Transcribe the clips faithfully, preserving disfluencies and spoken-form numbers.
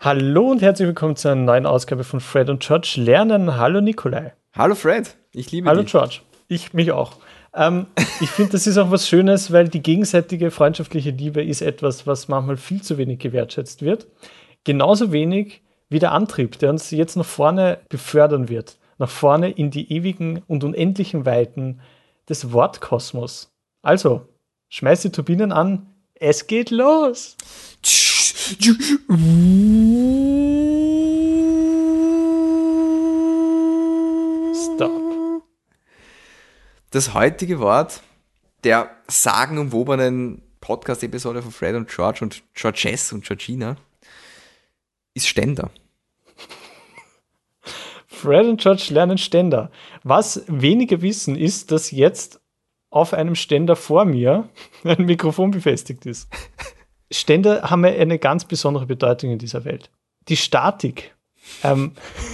Hallo und herzlich willkommen zu einer neuen Ausgabe von Fred und George lernen. Hallo Nikolai. Hallo Fred, ich liebe Hallo dich. Hallo George, ich mich auch. Ähm, ich finde, das ist auch was Schönes, weil die gegenseitige freundschaftliche Liebe ist etwas, was manchmal viel zu wenig gewertschätzt wird. Genauso wenig wie der Antrieb, der uns jetzt nach vorne befördern wird. Nach vorne in die ewigen und unendlichen Weiten des Wortkosmos. Also, schmeiß die Turbinen an, es geht los! Stop. Das heutige Wort der sagenumwobenen Podcast-Episode von Fred und George und Georges und Georgina ist Ständer. Fred und George lernen Ständer. Was wenige wissen, ist, dass jetzt auf einem Ständer vor mir ein Mikrofon befestigt ist. Ständer haben eine ganz besondere Bedeutung in dieser Welt. Die Statik. Ähm,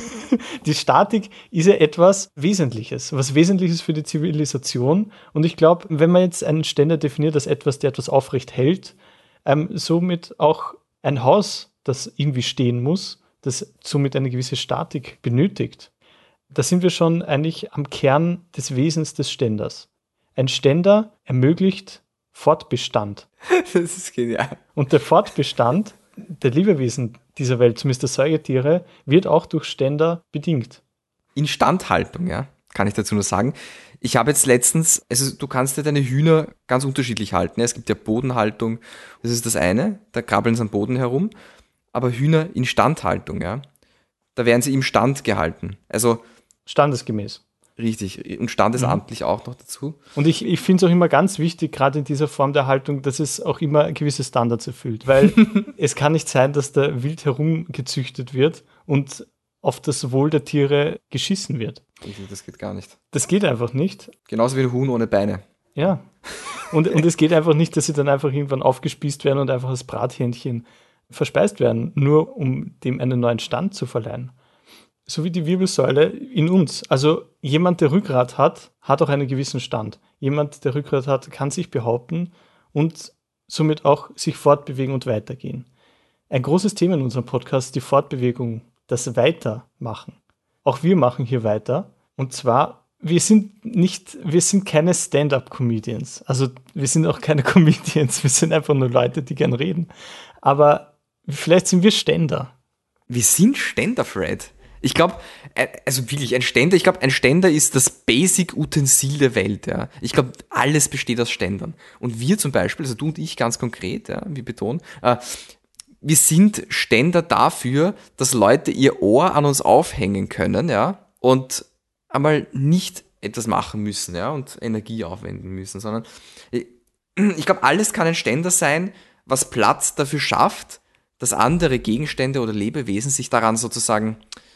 die Statik ist ja etwas Wesentliches, was Wesentliches für die Zivilisation. Und ich glaube, wenn man jetzt einen Ständer definiert als etwas, der etwas aufrecht hält, ähm, somit auch ein Haus, das irgendwie stehen muss, das somit eine gewisse Statik benötigt, da sind wir schon eigentlich am Kern des Wesens des Ständers. Ein Ständer ermöglicht Fortbestand. Das ist genial. Und der Fortbestand der Lebewesen dieser Welt, zumindest der Säugetiere, wird auch durch Ständer bedingt. Instandhaltung, ja, kann ich dazu nur sagen. Ich habe jetzt letztens, also du kannst ja deine Hühner ganz unterschiedlich halten. Es gibt ja Bodenhaltung, das ist das eine, da krabbeln sie am Boden herum. Aber Hühner Instandhaltung, ja, da werden sie im Stand gehalten. Also standesgemäß. Richtig, und standesamtlich mhm. auch noch dazu. Und ich, ich finde es auch immer ganz wichtig, gerade in dieser Form der Haltung, dass es auch immer gewisse Standards erfüllt. Weil es kann nicht sein, dass da wild herumgezüchtet wird und auf das Wohl der Tiere geschissen wird. Das geht gar nicht. Das geht einfach nicht. Genauso wie ein Huhn ohne Beine. Ja. Und, und es geht einfach nicht, dass sie dann einfach irgendwann aufgespießt werden und einfach als Brathähnchen verspeist werden, nur um dem einen neuen Stand zu verleihen. So wie die Wirbelsäule in uns. Also jemand, der Rückgrat hat, hat auch einen gewissen Stand. Jemand, der Rückgrat hat, kann sich behaupten und somit auch sich fortbewegen und weitergehen. Ein großes Thema in unserem Podcast, die Fortbewegung, das Weitermachen. Auch wir machen hier weiter. Und zwar, wir sind nicht, wir sind keine Stand-up-Comedians. Also wir sind auch keine Comedians. Wir sind einfach nur Leute, die gern reden. Aber vielleicht sind wir Ständer. Wir sind Ständer, Fred. Ich glaube, also wirklich ein Ständer, ich glaube, ein Ständer ist das Basic-Utensil der Welt. Ja. Ich glaube, alles besteht aus Ständern. Und wir zum Beispiel, also du und ich ganz konkret, ja, wie betont, äh, wir sind Ständer dafür, dass Leute ihr Ohr an uns aufhängen können, ja, und einmal nicht etwas machen müssen, ja, und Energie aufwenden müssen, sondern ich, ich glaube, alles kann ein Ständer sein, was Platz dafür schafft, dass andere Gegenstände oder Lebewesen sich daran sozusagen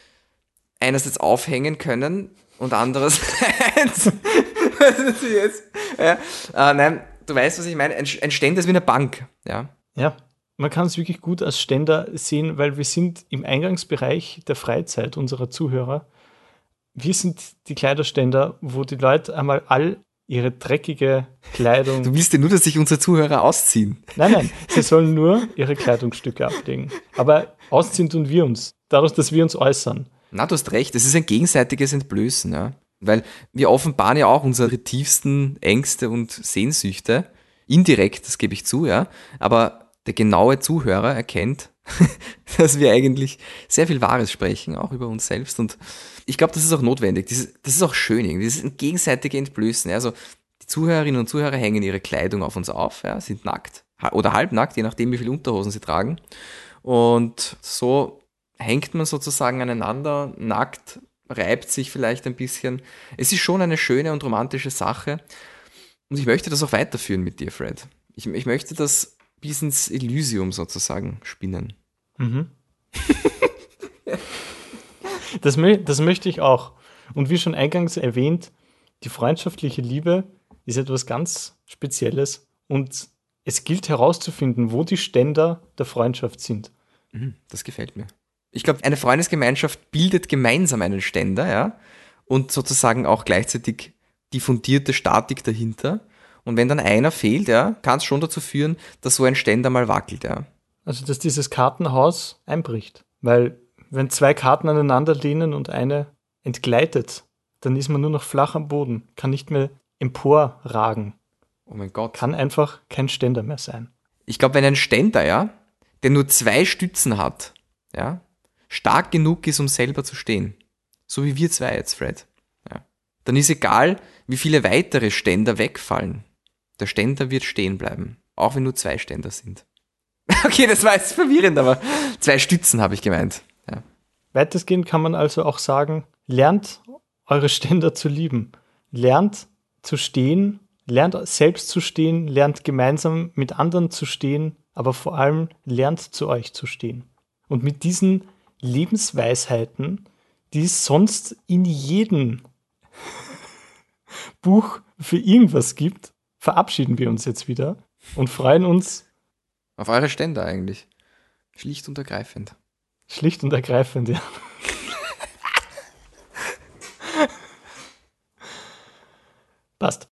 einerseits aufhängen können und andererseits was ist jetzt? Ja, äh, nein, du weißt, was ich meine. Ein, ein Ständer ist wie eine Bank. Ja, ja, man kann es wirklich gut als Ständer sehen, weil wir sind im Eingangsbereich der Freizeit unserer Zuhörer. Wir sind die Kleiderständer, wo die Leute einmal all ihre dreckige Kleidung... Du willst ja nur, dass sich unsere Zuhörer ausziehen. Nein, nein, sie sollen nur ihre Kleidungsstücke ablegen. Aber ausziehen tun wir uns, dadurch, dass wir uns äußern. Na, du hast recht, es ist ein gegenseitiges Entblößen, ja. Weil wir offenbaren ja auch unsere tiefsten Ängste und Sehnsüchte. Indirekt, das gebe ich zu, ja. Aber der genaue Zuhörer erkennt, dass wir eigentlich sehr viel Wahres sprechen, auch über uns selbst. Und ich glaube, das ist auch notwendig. Das ist, das ist auch schön irgendwie. Das ist ein gegenseitiges Entblößen. Ja. Also die Zuhörerinnen und Zuhörer hängen ihre Kleidung auf uns auf, ja, sind nackt oder halbnackt, je nachdem, wie viel Unterhosen sie tragen. Und so hängt man sozusagen aneinander, nackt, reibt sich vielleicht ein bisschen. Es ist schon eine schöne und romantische Sache. Und ich möchte das auch weiterführen mit dir, Fred. Ich, ich möchte das bis ins Elysium sozusagen spinnen. Mhm. das, mö- das möchte ich auch. Und wie schon eingangs erwähnt, die freundschaftliche Liebe ist etwas ganz Spezielles. Und es gilt herauszufinden, wo die Ständer der Freundschaft sind. Das gefällt mir. Ich glaube, eine Freundesgemeinschaft bildet gemeinsam einen Ständer, ja, und sozusagen auch gleichzeitig die fundierte Statik dahinter. Und wenn dann einer fehlt, ja, kann es schon dazu führen, dass so ein Ständer mal wackelt, ja. Also, dass dieses Kartenhaus einbricht. Weil, wenn zwei Karten aneinander lehnen und eine entgleitet, dann ist man nur noch flach am Boden, kann nicht mehr emporragen. Oh mein Gott. Kann einfach kein Ständer mehr sein. Ich glaube, wenn ein Ständer, ja, der nur zwei Stützen hat, ja, stark genug ist, um selber zu stehen, so wie wir zwei jetzt, Fred, ja, dann ist egal, wie viele weitere Ständer wegfallen. Der Ständer wird stehen bleiben, auch wenn nur zwei Ständer sind. Okay, das war jetzt verwirrend, aber zwei Stützen habe ich gemeint. Ja. Weitestgehend kann man also auch sagen, lernt eure Ständer zu lieben. Lernt zu stehen, lernt selbst zu stehen, lernt gemeinsam mit anderen zu stehen, aber vor allem lernt zu euch zu stehen. Und mit diesen Lebensweisheiten, die es sonst in jedem Buch für irgendwas gibt, verabschieden wir uns jetzt wieder und freuen uns Auf eure Ständer eigentlich. Schlicht und ergreifend. schlicht und ergreifend, ja. Passt.